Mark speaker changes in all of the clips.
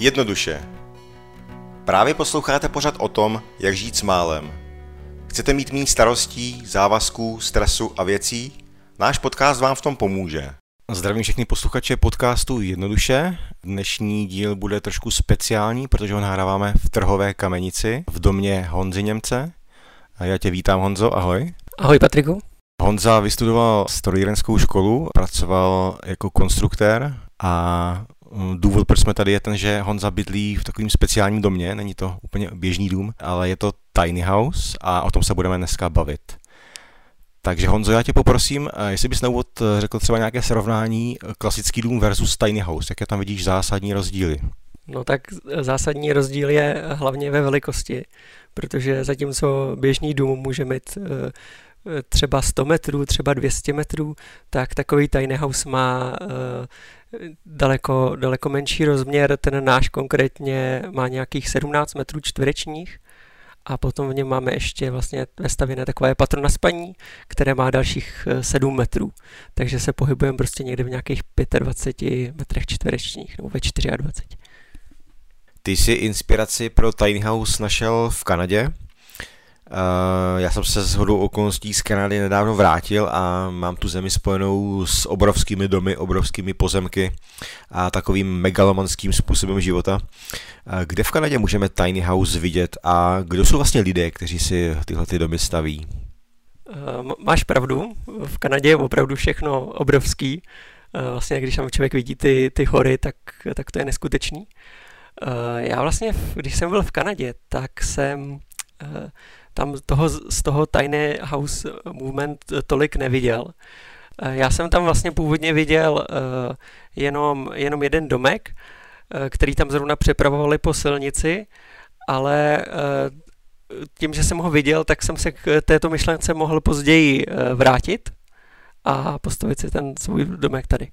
Speaker 1: Jednoduše. Právě posloucháte pořad o tom, jak žít s málem. Chcete mít méně starostí, závazků, stresu a věcí? Náš podcast vám v tom pomůže. Zdravím všechny posluchače podcastu Jednoduše. Dnešní díl bude trošku speciální, protože ho nahráváme v Trhové Kamenici v domě Honzy Němce. A já tě vítám, Honzo, ahoj.
Speaker 2: Ahoj, Patriku.
Speaker 1: Honza vystudoval strojírenskou školu, pracoval jako konstruktér a důvod, proč jsme tady, je ten, že Honza bydlí v takovým speciálním domě, není to úplně běžný dům, ale je to tiny house a o tom se budeme dneska bavit. Takže Honzo, já tě poprosím, jestli bys na úvod řekl třeba nějaké srovnání klasický dům versus tiny house, jaké tam vidíš zásadní rozdíly?
Speaker 2: No tak zásadní rozdíl je hlavně ve velikosti, protože zatímco běžný dům může mít třeba 100 metrů, třeba 200 metrů, tak takový tiny house má daleko menší rozměr, ten náš konkrétně má nějakých 17 metrů čtverečních a potom v něm máme ještě vlastně vestavěné takové patro na spaní, které má dalších 7 metrů, takže se pohybujeme prostě někde v nějakých 25 metrech čtverečních nebo ve 24.
Speaker 1: Ty jsi inspiraci pro tiny house našel v Kanadě. Já jsem se shodou okolností z Kanady nedávno vrátil a mám tu zemi spojenou s obrovskými domy, obrovskými pozemky a takovým megalomanským způsobem života. Kde v Kanadě můžeme tiny house vidět a kdo jsou vlastně lidé, kteří si tyhle domy staví?
Speaker 2: Máš pravdu, v Kanadě je opravdu všechno obrovský. Vlastně když tam člověk vidí ty hory, tak to je neskutečný. Já vlastně, když jsem byl v Kanadě, tak jsem tam z toho tiny house movement tolik neviděl. Já jsem tam vlastně původně viděl jenom jeden domek, který tam zrovna přepravovali po silnici, ale tím, že jsem ho viděl, tak jsem se k této myšlence mohl později vrátit a postavit si ten svůj domek tady.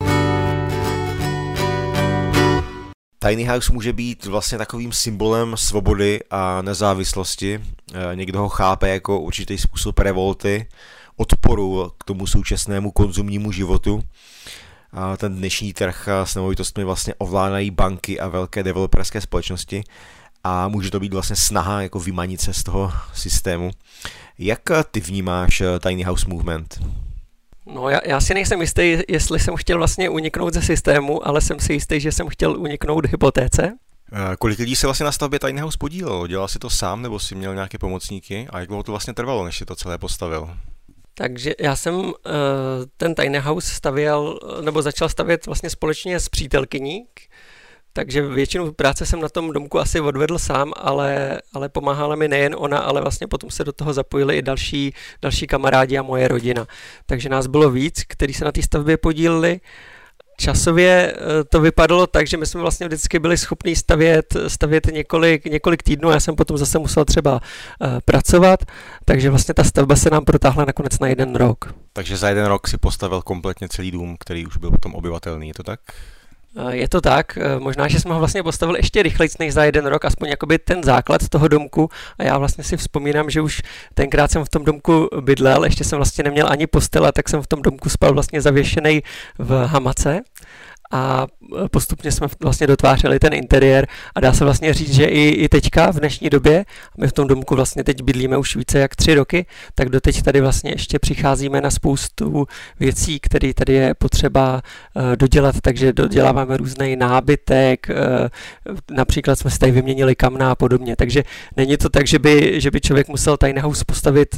Speaker 1: Tiny house může být vlastně takovým symbolem svobody a nezávislosti. Někdo ho chápe jako určitý způsob revolty, odporu k tomu současnému konzumnímu životu. A ten dnešní trh s nemovitostmi vlastně ovládají banky a velké developerské společnosti a může to být vlastně snaha jako vymanit se z toho systému. Jak ty vnímáš tiny house movement?
Speaker 2: No já si nejsem jistý, jestli jsem chtěl vlastně uniknout ze systému, ale jsem si jistý, že jsem chtěl uniknout hypotéce.
Speaker 1: Kolik lidí se vlastně na stavbě tiny house podílelo? Dělal jsi to sám nebo jsi měl nějaké pomocníky? A jak dlouho to vlastně trvalo, než jsi to celé postavil?
Speaker 2: Takže já jsem ten tiny house začal stavět vlastně společně s přítelkyní, takže většinu práce jsem na tom domku asi odvedl sám, ale pomáhala mi nejen ona, ale vlastně potom se do toho zapojili i další kamarádi a moje rodina. Takže nás bylo víc, kteří se na té stavbě podíleli. Časově to vypadalo tak, že my jsme vlastně vždycky byli schopni stavět několik týdnů a já jsem potom zase musel třeba pracovat, takže vlastně ta stavba se nám protáhla nakonec na 1 rok.
Speaker 1: Takže za 1 rok si postavil kompletně celý dům, který už byl potom obyvatelný, je to tak?
Speaker 2: Je to tak, možná, že jsme ho vlastně postavili ještě rychleji než za 1 rok, aspoň jakoby ten základ toho domku a já vlastně si vzpomínám, že už tenkrát jsem v tom domku bydlel, ještě jsem vlastně neměl ani postele, tak jsem v tom domku spal vlastně zavěšenej v hamace a postupně jsme vlastně dotvářeli ten interiér a dá se vlastně říct, že i teďka v dnešní době, my v tom domku vlastně teď bydlíme už více jak 3 roky, tak doteď tady vlastně ještě přicházíme na spoustu věcí, které tady je potřeba dodělat, takže doděláváme různý nábytek, například jsme si tady vyměnili kamna a podobně, takže není to tak, že by člověk musel tiny house postavit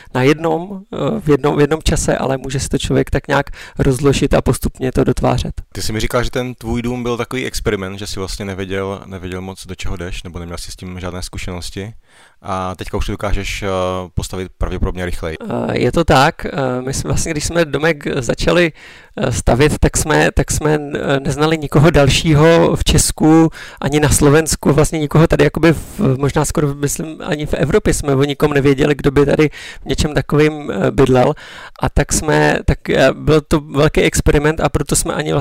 Speaker 2: v jednom čase, ale může si to člověk tak nějak rozložit a postupně to dotvářet.
Speaker 1: Ty jsi mi říkal, že ten tvůj dům byl takový experiment, že jsi vlastně nevěděl moc, do čeho jdeš, nebo neměl jsi s tím žádné zkušenosti a teďka už to dokážeš postavit pravděpodobně rychleji.
Speaker 2: Je to tak, my jsme vlastně, když jsme domek začali stavět, tak jsme neznali nikoho dalšího v Česku, ani na Slovensku, vlastně nikoho tady, jakoby možná skoro myslím, ani v Evropě jsme o nikom nevěděli, kdo by tady v něčem takovým bydlel a tak byl to velký experiment a proto jsme ani vlastně do toho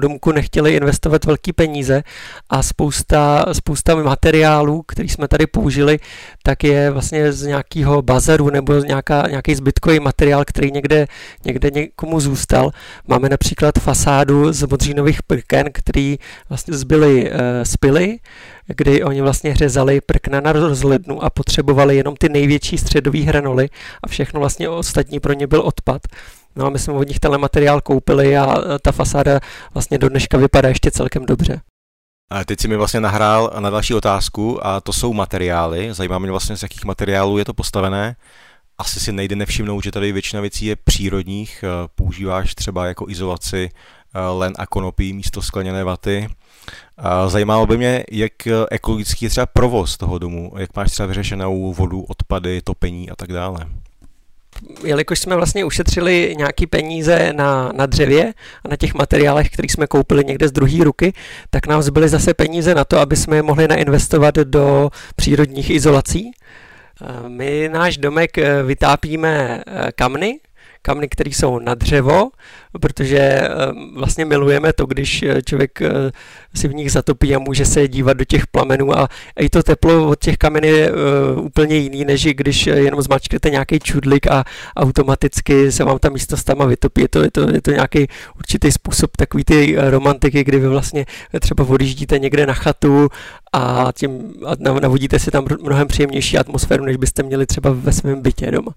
Speaker 2: domku nechtěli investovat velký peníze a spousta materiálů, který jsme tady použili, tak je vlastně z nějakého bazaru nebo nějaký zbytkový materiál, který někde někomu zůstal. Máme například fasádu z modřínových prken, který vlastně zbyly z pily, kdy oni vlastně řezali prkna na rozhlednu a potřebovali jenom ty největší středové hranoly a všechno vlastně ostatní pro ně byl odpad. No a my jsme od nich tenhle materiál koupili a ta fasáda vlastně do dneška vypadá ještě celkem dobře.
Speaker 1: A teď si mi vlastně nahrál na další otázku a to jsou materiály. Zajímá mě vlastně, z jakých materiálů je to postavené. Asi si nejde nevšimnout, že tady většina věcí je přírodních. Používáš třeba jako izolaci len a konopí místo skleněné vaty. Zajímalo by mě, jak ekologický je třeba provoz toho domu, jak máš třeba vyřešenou vodu, odpady, topení a tak dále.
Speaker 2: Jelikož jsme vlastně ušetřili nějaký peníze na dřevě a na těch materiálech, které jsme koupili někde z druhé ruky, tak nám zbyly zase peníze na to, aby jsme je mohli nainvestovat do přírodních izolací. My náš domek vytápíme kamny, které jsou na dřevo, protože vlastně milujeme to, když člověk si v nich zatopí a může se dívat do těch plamenů a i to teplo od těch kamen je úplně jiný, než když jenom zmačknete nějaký čudlik a automaticky se vám ta místnost tam vytopí. Je to nějaký určitý způsob takový ty romantiky, kdy vy vlastně třeba odjíždíte někde na chatu a navodíte si tam mnohem příjemnější atmosféru, než byste měli třeba ve svém bytě doma.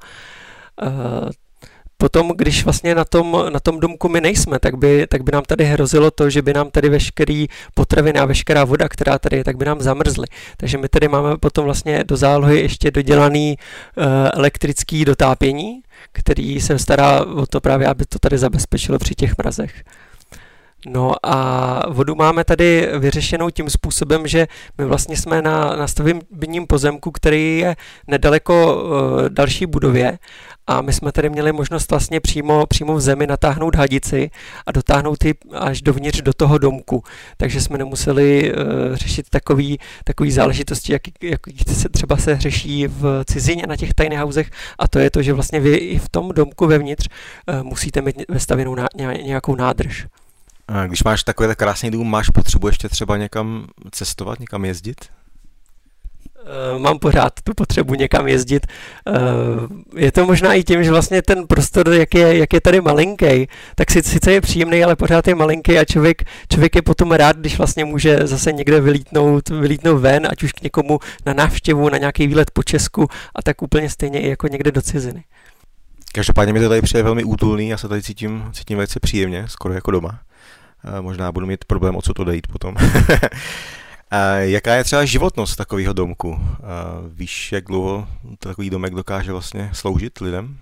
Speaker 2: Potom, když vlastně na tom domku my nejsme, tak by nám tady hrozilo to, že by nám tady veškerý potraviny a veškerá voda, která tady je, tak by nám zamrzly. Takže my tady máme potom vlastně do zálohy ještě dodělaný elektrický dotápění, který se stará o to právě, aby to tady zabezpečilo při těch mrazech. No a vodu máme tady vyřešenou tím způsobem, že my vlastně jsme na stavebním pozemku, který je nedaleko další budově a my jsme tady měli možnost vlastně přímo v zemi natáhnout hadici a dotáhnout ji až dovnitř do toho domku. Takže jsme nemuseli řešit takový záležitosti, jaký se třeba se řeší v cizině na těch tiny housech, a to je to, že vlastně vy i v tom domku vevnitř musíte mít vestavěnou nějakou nádrž.
Speaker 1: A když máš takový krásný dům, máš potřebu ještě třeba někam cestovat, někam jezdit?
Speaker 2: Mám pořád tu potřebu někam jezdit. Je to možná i tím, že vlastně ten prostor, jak je tady malinký, tak sice je příjemný, ale pořád je malinký a člověk je potom rád, když vlastně může zase někde vylítnout ven, ať už k někomu na návštěvu, na nějaký výlet po Česku a tak úplně stejně i jako někde do ciziny.
Speaker 1: Každopádně mi to tady přijde velmi útulný, já se tady cítím velice příjemně, skoro jako doma. Možná budu mít problém odsud odejít potom. Jaká je třeba životnost takového domku? Víš, jak dlouho takový domek dokáže vlastně sloužit lidem?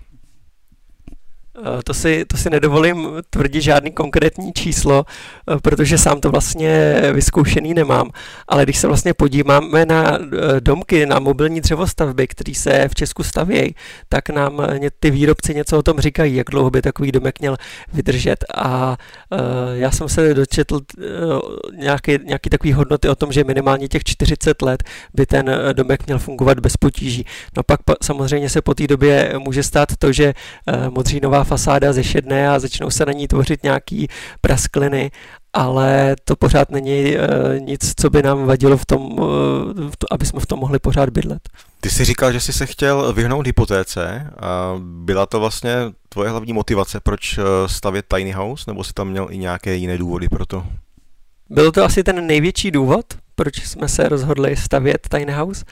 Speaker 2: To si nedovolím tvrdit žádný konkrétní číslo, protože sám to vlastně vyzkoušený nemám. Ale když se vlastně podíváme na domky, na mobilní dřevostavby, které se v Česku stavějí, tak nám ty výrobci něco o tom říkají, jak dlouho by takový domek měl vydržet. A já jsem se dočetl nějaký takový hodnoty o tom, že minimálně těch 40 let by ten domek měl fungovat bez potíží. No pak samozřejmě se po té době může stát to, že modřínová fasáda zešedne a začnou se na ní tvořit nějaký praskliny, ale to pořád není nic, co by nám vadilo v tom, aby jsme v tom mohli pořád bydlet.
Speaker 1: Ty jsi říkal, že jsi se chtěl vyhnout hypotéce a byla to vlastně tvoje hlavní motivace, proč stavět tiny house, nebo jsi tam měl i nějaké jiné důvody pro to?
Speaker 2: Byl to asi ten největší důvod, proč jsme se rozhodli stavět tiny house.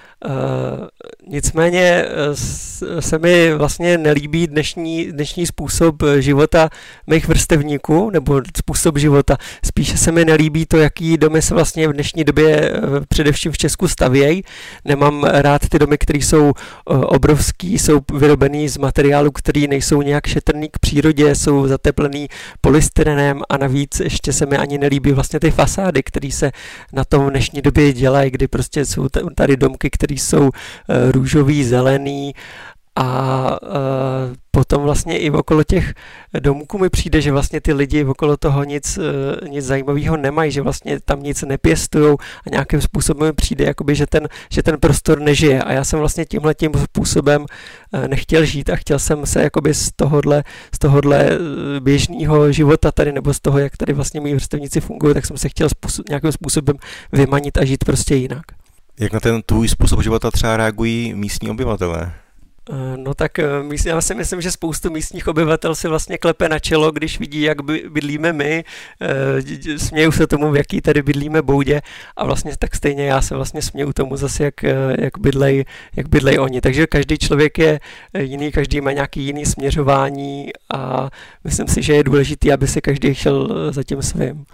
Speaker 2: Nicméně se mi vlastně nelíbí dnešní způsob života mých vrstevníků, nebo způsob života. Spíše se mi nelíbí to, jaký domy se vlastně v dnešní době především v Česku stavějí. Nemám rád ty domy, které jsou obrovský, jsou vyrobený z materiálu, který nejsou nějak šetrný k přírodě, jsou zateplený polystyrenem a navíc ještě se mi ani nelíbí vlastně ty fasády, které se na tom v dnešní době dělají, kdy prostě jsou tady domky, které jsou růžový, zelený A potom vlastně i okolo těch domků mi přijde, že vlastně ty lidi okolo toho nic zajímavého nemají, že vlastně tam nic nepěstujou a nějakým způsobem mi přijde, jakoby, že ten prostor nežije. A já jsem vlastně tímhletím způsobem nechtěl žít a chtěl jsem se jakoby z tohohle běžného života tady, nebo z toho, jak tady vlastně mý vrstevníci fungují, tak jsem se chtěl nějakým způsobem vymanit a žít prostě jinak.
Speaker 1: Jak na ten tvůj způsob života třeba reagují místní obyvatelé?
Speaker 2: No tak já si myslím, že spoustu místních obyvatel si vlastně klepe na čelo, když vidí, jak bydlíme my, smějou se tomu, v jaký tady bydlíme boudě a vlastně tak stejně já se vlastně směju tomu zase, jak bydlej oni. Takže každý člověk je jiný, každý má nějaký jiný směřování a myslím si, že je důležitý, aby si každý šel za tím svým.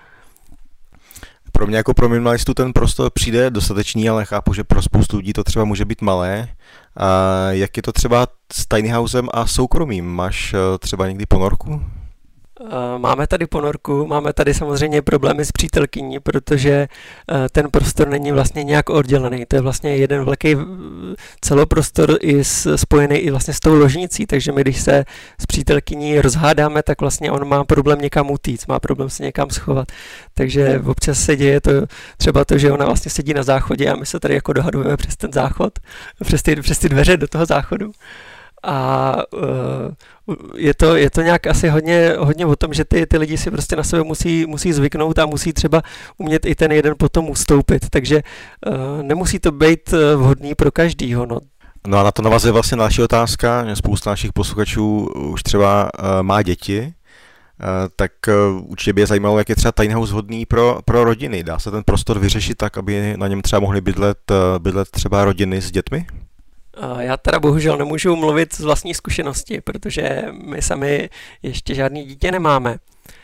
Speaker 1: Pro mě jako pro minimalistu ten prostor přijde dostatečný, ale chápu, že pro spoustu lidí to třeba může být malé. A jak je to třeba s tiny housem a soukromým? Máš třeba někdy ponorku?
Speaker 2: Máme tady ponorku, máme tady samozřejmě problémy s přítelkyní, protože ten prostor není vlastně nějak oddělený. To je vlastně jeden velký celoprostor i spojený i vlastně s tou ložnicí, takže my, když se s přítelkyní rozhádáme, tak vlastně on má problém někam utíct, má problém se někam schovat. Takže občas se děje to, třeba to, že ona vlastně sedí na záchodě a my se tady jako dohadujeme přes ten záchod, přes ty dveře do toho záchodu. A je to nějak asi hodně o tom, že ty lidi si prostě na sebe musí zvyknout a musí třeba umět i ten jeden potom ustoupit, takže nemusí to být vhodný pro každýho.
Speaker 1: No a na to navazuje vlastně další otázka, že spousta našich posluchačů už třeba má děti, tak určitě by je zajímalo, jak je třeba tiny house vhodný pro rodiny. Dá se ten prostor vyřešit tak, aby na něm třeba mohly bydlet třeba rodiny s dětmi?
Speaker 2: Já teda bohužel nemůžu mluvit z vlastní zkušenosti, protože my sami ještě žádný dítě nemáme.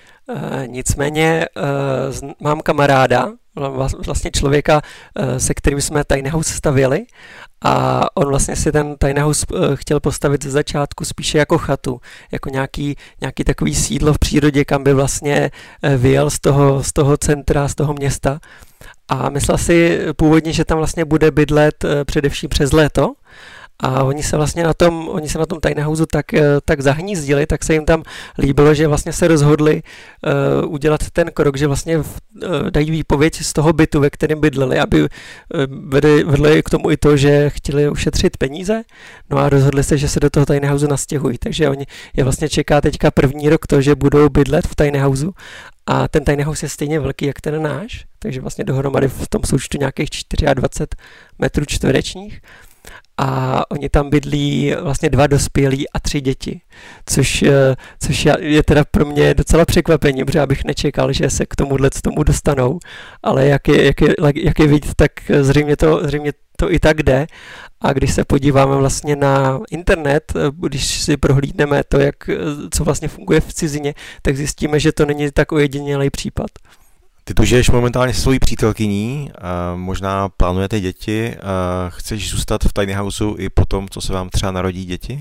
Speaker 2: Nicméně mám kamaráda, vlastně člověka, se kterým jsme tiny house stavěli a on vlastně si ten tiny house chtěl postavit ze začátku spíše jako chatu, jako nějaký takový sídlo v přírodě, kam by vlastně vyjel z toho centra, z toho města. A myslel si původně, že tam vlastně bude bydlet především přes léto. A oni se na tom tiny houseu tak zahnízdili, tak se jim tam líbilo, že vlastně se rozhodli udělat ten krok, že vlastně dají výpověď z toho bytu, ve kterém bydleli, aby vedli k tomu i to, že chtěli ušetřit peníze, no a rozhodli se, že se do toho tiny houseu nastěhují, takže oni je vlastně čeká teďka první rok to, že budou bydlet v tiny houseu. A ten tiny house je stejně velký, jak ten náš, takže vlastně dohromady v tom součtu nějakých 24 metrů čtverečních. A oni tam bydlí vlastně 2 dospělí a 3 děti, což je teda pro mě docela překvapení, protože já bych nečekal, že se k tomu dostanou, ale jak je vidět, tak zřejmě to i tak jde. A když se podíváme vlastně na internet, když si prohlídneme to, co vlastně funguje v cizině, tak zjistíme, že to není tak ojedinělý případ.
Speaker 1: Ty tu žiješ momentálně se svojí přítelkyní, možná plánujete děti, chceš zůstat v tiny houseu i potom, co se vám třeba narodí děti?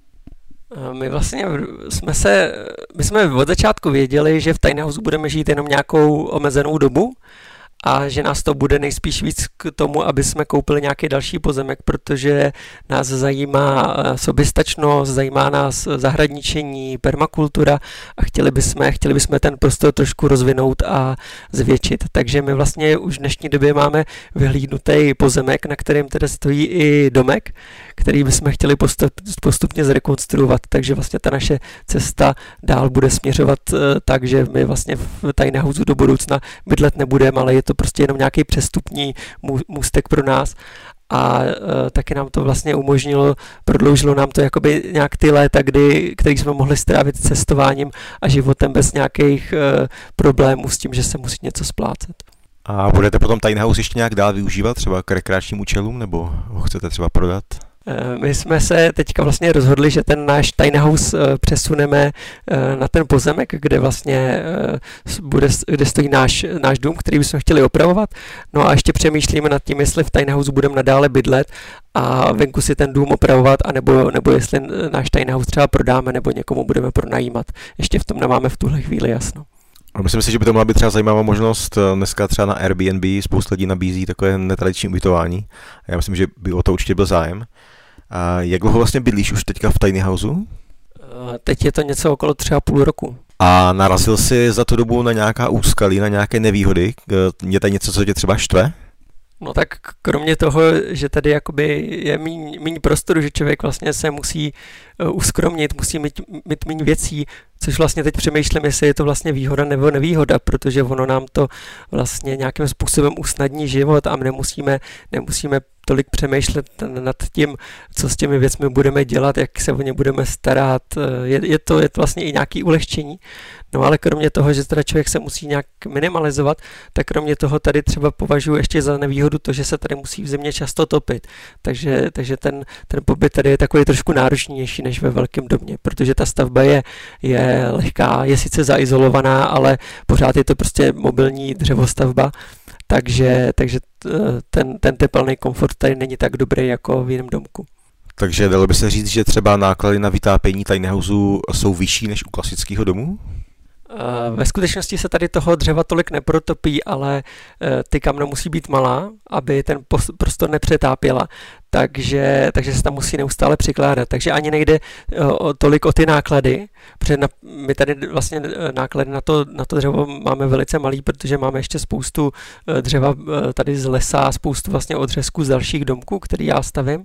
Speaker 2: My vlastně my jsme od začátku věděli, že v tiny houseu budeme žít jenom nějakou omezenou dobu a že nás to bude nejspíš víc k tomu, aby jsme koupili nějaký další pozemek, protože nás zajímá soběstačnost, zajímá nás zahradničení, permakultura a chtěli bychom ten prostor trošku rozvinout a zvětšit. Takže my vlastně už v dnešní době máme vyhlídnutý pozemek, na kterém teda stojí i domek, který bychom chtěli postupně zrekonstruovat. Takže vlastně ta naše cesta dál bude směřovat tak, že my vlastně v tiny houseu do budoucna bydlet nebudeme, ale je to prostě jenom nějaký přestupní můstek pro nás a taky nám to vlastně prodloužilo nám to jakoby nějak ty léta, který jsme mohli strávit cestováním a životem bez nějakých problémů s tím, že se musí něco splácet.
Speaker 1: A budete potom tiny house ještě nějak dál využívat, třeba k rekreačním účelům, nebo ho chcete třeba prodat?
Speaker 2: My jsme se teďka vlastně rozhodli, že ten náš tiny house přesuneme na ten pozemek, kde vlastně kde stojí náš dům, který bychom chtěli opravovat. No a ještě přemýšlíme nad tím, jestli v tiny house budeme nadále bydlet a venku si ten dům opravovat, nebo jestli náš tiny house třeba prodáme, nebo někomu budeme pronajímat. Ještě v tom nemáme v tuhle chvíli jasno.
Speaker 1: A myslím si, že by to mohla být třeba zajímavá možnost. Dneska třeba na Airbnb spousta lidí nabízí takové netradiční ubytování. Já myslím, že by o to určitě byl zájem. A jak dlouho vlastně bydlíš už teďka v tiny houseu?
Speaker 2: Teď je to něco okolo 3,5 roku.
Speaker 1: A narazil jsi za tu dobu na nějaká úskalí, na nějaké nevýhody? Je tady něco, co tě třeba štve?
Speaker 2: No tak kromě toho, že tady jakoby je míň prostoru, že člověk vlastně se musí uskromnit, musí mít míň věcí, což vlastně teď přemýšlím, jestli je to vlastně výhoda nebo nevýhoda, protože ono nám to vlastně nějakým způsobem usnadní život a my nemusíme tolik přemýšlet nad tím, co s těmi věcmi budeme dělat, jak se o ně budeme starat. Je to vlastně i nějaké ulehčení. No ale kromě toho, že teda člověk se musí nějak minimalizovat, tak kromě toho tady třeba považuji ještě za nevýhodu to, že se tady musí v zimě často topit. Takže ten pobyt tady je takový trošku náročnější než ve velkém domě, protože ta stavba je lehká, je sice zaizolovaná, ale pořád je to prostě mobilní dřevostavba, takže ten tepelný komfort tady není tak dobrý jako v jiném domku.
Speaker 1: Takže dalo by se říct, že třeba náklady na vytápění tiny houseu jsou vyšší než u klasického domu?
Speaker 2: Ve skutečnosti se tady toho dřeva tolik neprotopí, ale ty kamna musí být malá, aby ten prostor nepřetápěla, takže se tam musí neustále přikládat. Takže ani nejde tolik o ty náklady, protože my tady vlastně náklady na to dřevo máme velice malý, protože máme ještě spoustu dřeva tady z lesa, spoustu vlastně odřezků z dalších domků, který já stavím.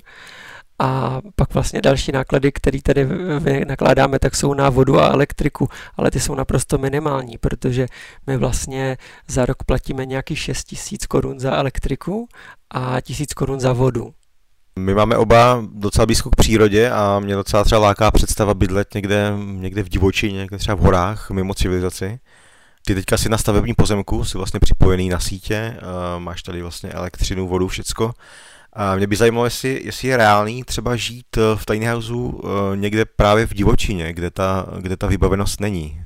Speaker 2: A pak vlastně další náklady, které tady nakládáme, tak jsou na vodu a elektriku, ale ty jsou naprosto minimální, protože my vlastně za rok platíme nějakých 6 000 korun za elektriku a 1 000 korun za vodu.
Speaker 1: My máme oba docela blízko k přírodě a mě docela třeba láká představa bydlet někde v divočině, někde třeba v horách, mimo civilizaci. Ty teďka si na stavebním pozemku, jsi vlastně připojený na sítě, máš tady vlastně elektřinu, vodu, všecko. A mě by zajímalo, jestli je reálný třeba žít v tiny houseu někde právě v divočině, kde ta vybavenost není.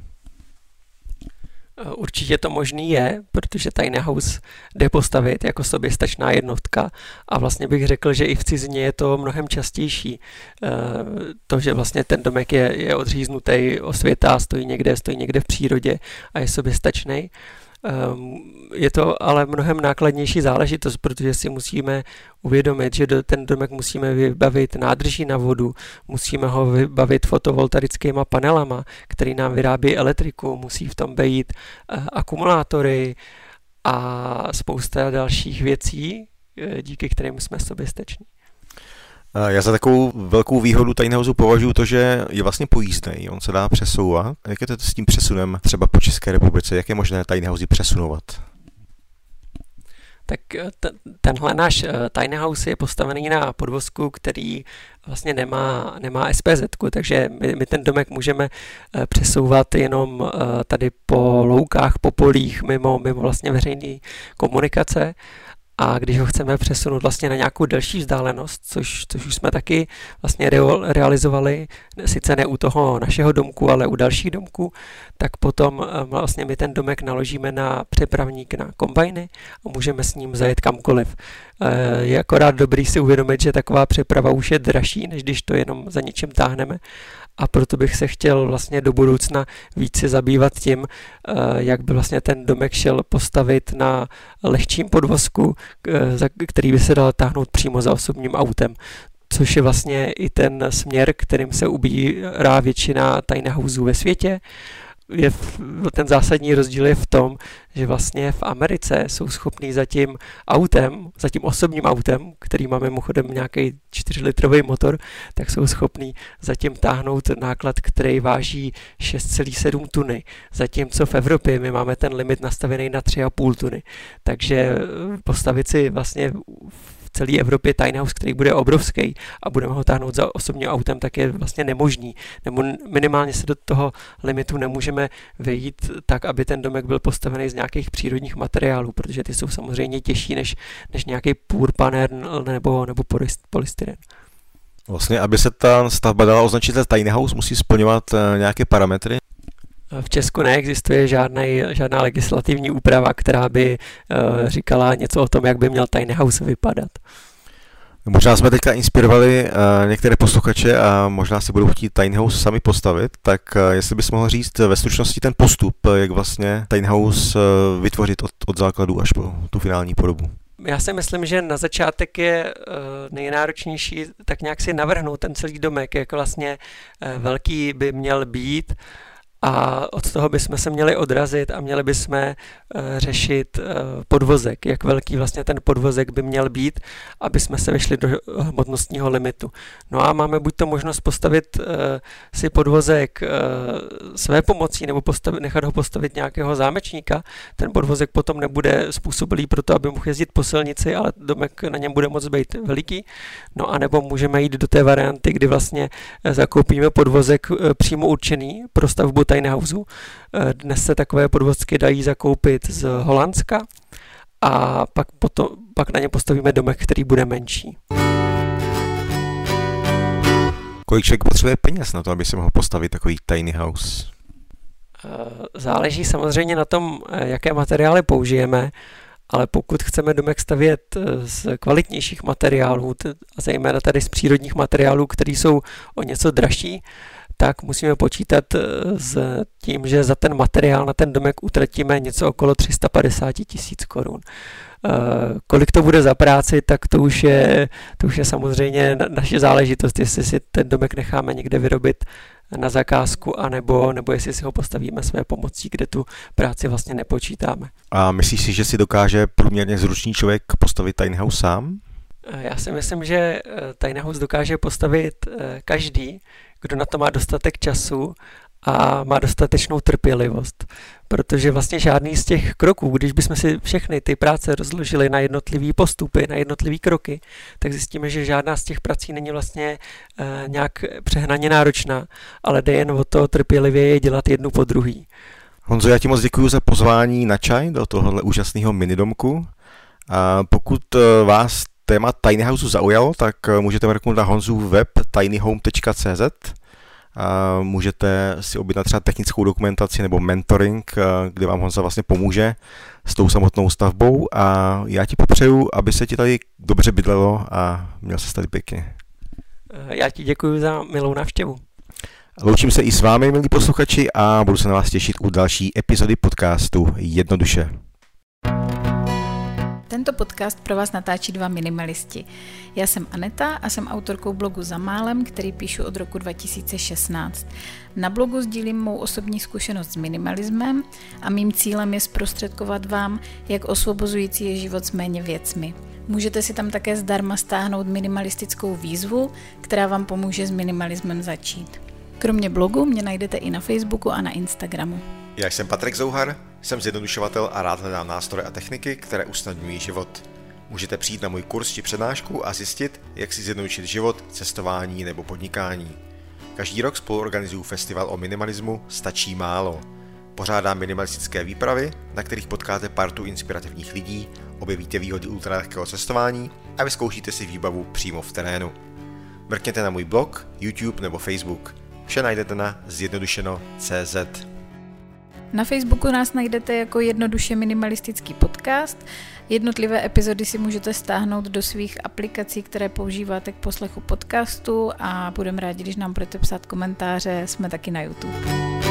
Speaker 2: Určitě to možný je, protože tiny house jde postavit jako soběstačná jednotka a vlastně bych řekl, že i v cizině je to mnohem častější. To, že vlastně ten domek je odříznutý od světa, stojí někde v přírodě a je soběstačný. Je to ale mnohem nákladnější záležitost, protože si musíme uvědomit, že ten domek musíme vybavit nádrží na vodu, musíme ho vybavit fotovoltaickýma panelama, který nám vyrábí elektriku, musí v tom být akumulátory a spousta dalších věcí, díky kterým jsme soběstační.
Speaker 1: Já za takovou velkou výhodu tiny houseu považuji to, že je vlastně pojízdný, on se dá přesouvat. Jak je to s tím přesunem třeba po České republice, jak je možné tiny housey přesunovat?
Speaker 2: Tak tenhle náš tiny house je postavený na podvozku, který vlastně nemá SPZ, takže my ten domek můžeme přesouvat jenom tady po loukách, po polích, mimo vlastně veřejné komunikace. A když ho chceme přesunout vlastně na nějakou delší vzdálenost, což už jsme taky vlastně realizovali, sice ne u toho našeho domku, ale u dalších domků, tak potom vlastně my ten domek naložíme na přepravník na kombajny a můžeme s ním zajet kamkoliv. Je akorát dobrý si uvědomit, že taková přeprava už je dražší, než když to jenom za něčím táhneme. A proto bych se chtěl vlastně do budoucna více zabývat tím, jak by vlastně ten domek šel postavit na lehčím podvozku, který by se dal táhnout přímo za osobním autem. Což je vlastně i ten směr, kterým se ubírá většina tiny houseů ve světě. Ten zásadní rozdíl je v tom, že vlastně v Americe jsou schopní za tím osobním autem, který má mimochodem nějaký 4-litrový motor, tak jsou schopní zatím táhnout náklad, který váží 6,7 tuny. Zatímco v Evropě my máme ten limit nastavený na 3,5 tuny. Takže postavit si vlastně v celé Evropě tiny house, který bude obrovský a budeme ho táhnout za osobním autem, tak je vlastně nemožný. Nebo minimálně se do toho limitu nemůžeme vejít tak, aby ten domek byl postavený z nějakých přírodních materiálů, protože ty jsou samozřejmě těžší než nějaký půrpanel nebo polystyren.
Speaker 1: Vlastně, aby se ta stavba dala označit za tiny house, musí splňovat nějaké parametry?
Speaker 2: V Česku neexistuje žádná legislativní úprava, která by říkala něco o tom, jak by měl tiny house vypadat.
Speaker 1: Možná jsme teďka inspirovali některé posluchače a možná si budou chtít tiny house sami postavit, tak jestli bys mohl říct ve stručnosti ten postup, jak vlastně tiny house vytvořit od základu až po tu finální podobu.
Speaker 2: Já si myslím, že na začátek je nejnáročnější tak nějak si navrhnout ten celý domek, jak vlastně velký by měl být, a od toho bychom se měli odrazit a měli bychom řešit podvozek, jak velký vlastně ten podvozek by měl být, aby jsme se vyšli do hmotnostního limitu. No a máme buď to možnost postavit si podvozek své pomocí, nebo nechat ho postavit nějakého zámečníka. Ten podvozek potom nebude způsobilý pro to, aby mohl jezdit po silnici, ale domek na něm bude moc být veliký. No a nebo můžeme jít do té varianty, kdy vlastně zakoupíme podvozek přímo určený pro stavbu tiny house. Dnes se takové podvozky dají zakoupit z Holandska a pak na ně postavíme domek, který bude menší.
Speaker 1: Kolik člověk potřebuje peněz na to, aby se mohl postavit takový tiny house?
Speaker 2: Záleží samozřejmě na tom, jaké materiály použijeme, ale pokud chceme domek stavět z kvalitnějších materiálů, a zejména tady z přírodních materiálů, které jsou o něco dražší, tak musíme počítat s tím, že za ten materiál na ten domek utratíme něco okolo 350 000 korun. Kolik to bude za práci, tak to už je samozřejmě naše záležitost, jestli si ten domek necháme někde vyrobit na zakázku, anebo jestli si ho postavíme své pomocí, kde tu práci vlastně nepočítáme.
Speaker 1: A myslíš si, že si dokáže průměrně zručný člověk postavit tiny house sám?
Speaker 2: Já si myslím, že tiny house dokáže postavit každý, kdo na to má dostatek času a má dostatečnou trpělivost. Protože vlastně žádný z těch kroků, když bychom si všechny ty práce rozložili na jednotlivý postupy, na jednotlivý kroky, tak zjistíme, že žádná z těch prací není vlastně nějak přehnaně náročná, ale jde jen o to trpělivě je dělat jednu po druhý.
Speaker 1: Honzo, já ti moc děkuji za pozvání na čaj do tohohle úžasného minidomku. A pokud vás téma tiny houseu zaujalo, tak můžete mrknout na Honzův web tinyhome.cz. Můžete si objednat třeba technickou dokumentaci nebo mentoring, kde vám Honza vlastně pomůže s tou samotnou stavbou, a já ti popřeju, aby se ti tady dobře bydlelo a měl se tady pěkně.
Speaker 2: Já ti děkuji za milou návštěvu.
Speaker 1: Loučím se i s vámi, milí posluchači, a budu se na vás těšit u další epizody podcastu Jednoduše.
Speaker 3: Tento podcast pro vás natáčí dva minimalisti. Já jsem Aneta a jsem autorkou blogu Za málem, který píšu od roku 2016. Na blogu sdílím mou osobní zkušenost s minimalismem a mým cílem je zprostředkovat vám, jak osvobozující je život s méně věcmi. Můžete si tam také zdarma stáhnout minimalistickou výzvu, která vám pomůže s minimalismem začít. Kromě blogu mě najdete i na Facebooku a na Instagramu.
Speaker 1: Já jsem Patrik Zouhar, jsem zjednodušovatel a rád hledám nástroje a techniky, které usnadňují život. Můžete přijít na můj kurz či přednášku a zjistit, jak si zjednodušit život, cestování nebo podnikání. Každý rok spoluorganizuju festival o minimalismu Stačí málo. Pořádám minimalistické výpravy, na kterých potkáte partu inspirativních lidí, objevíte výhody ultralehkého cestování a vyzkoušíte si výbavu přímo v terénu. Mrkněte na můj blog, YouTube nebo Facebook. Vše najdete na zjednodušeno.cz.
Speaker 3: Na Facebooku nás najdete jako Jednoduše minimalistický podcast. Jednotlivé epizody si můžete stáhnout do svých aplikací, které používáte k poslechu podcastu, a budeme rádi, když nám budete psát komentáře. Jsme taky na YouTube.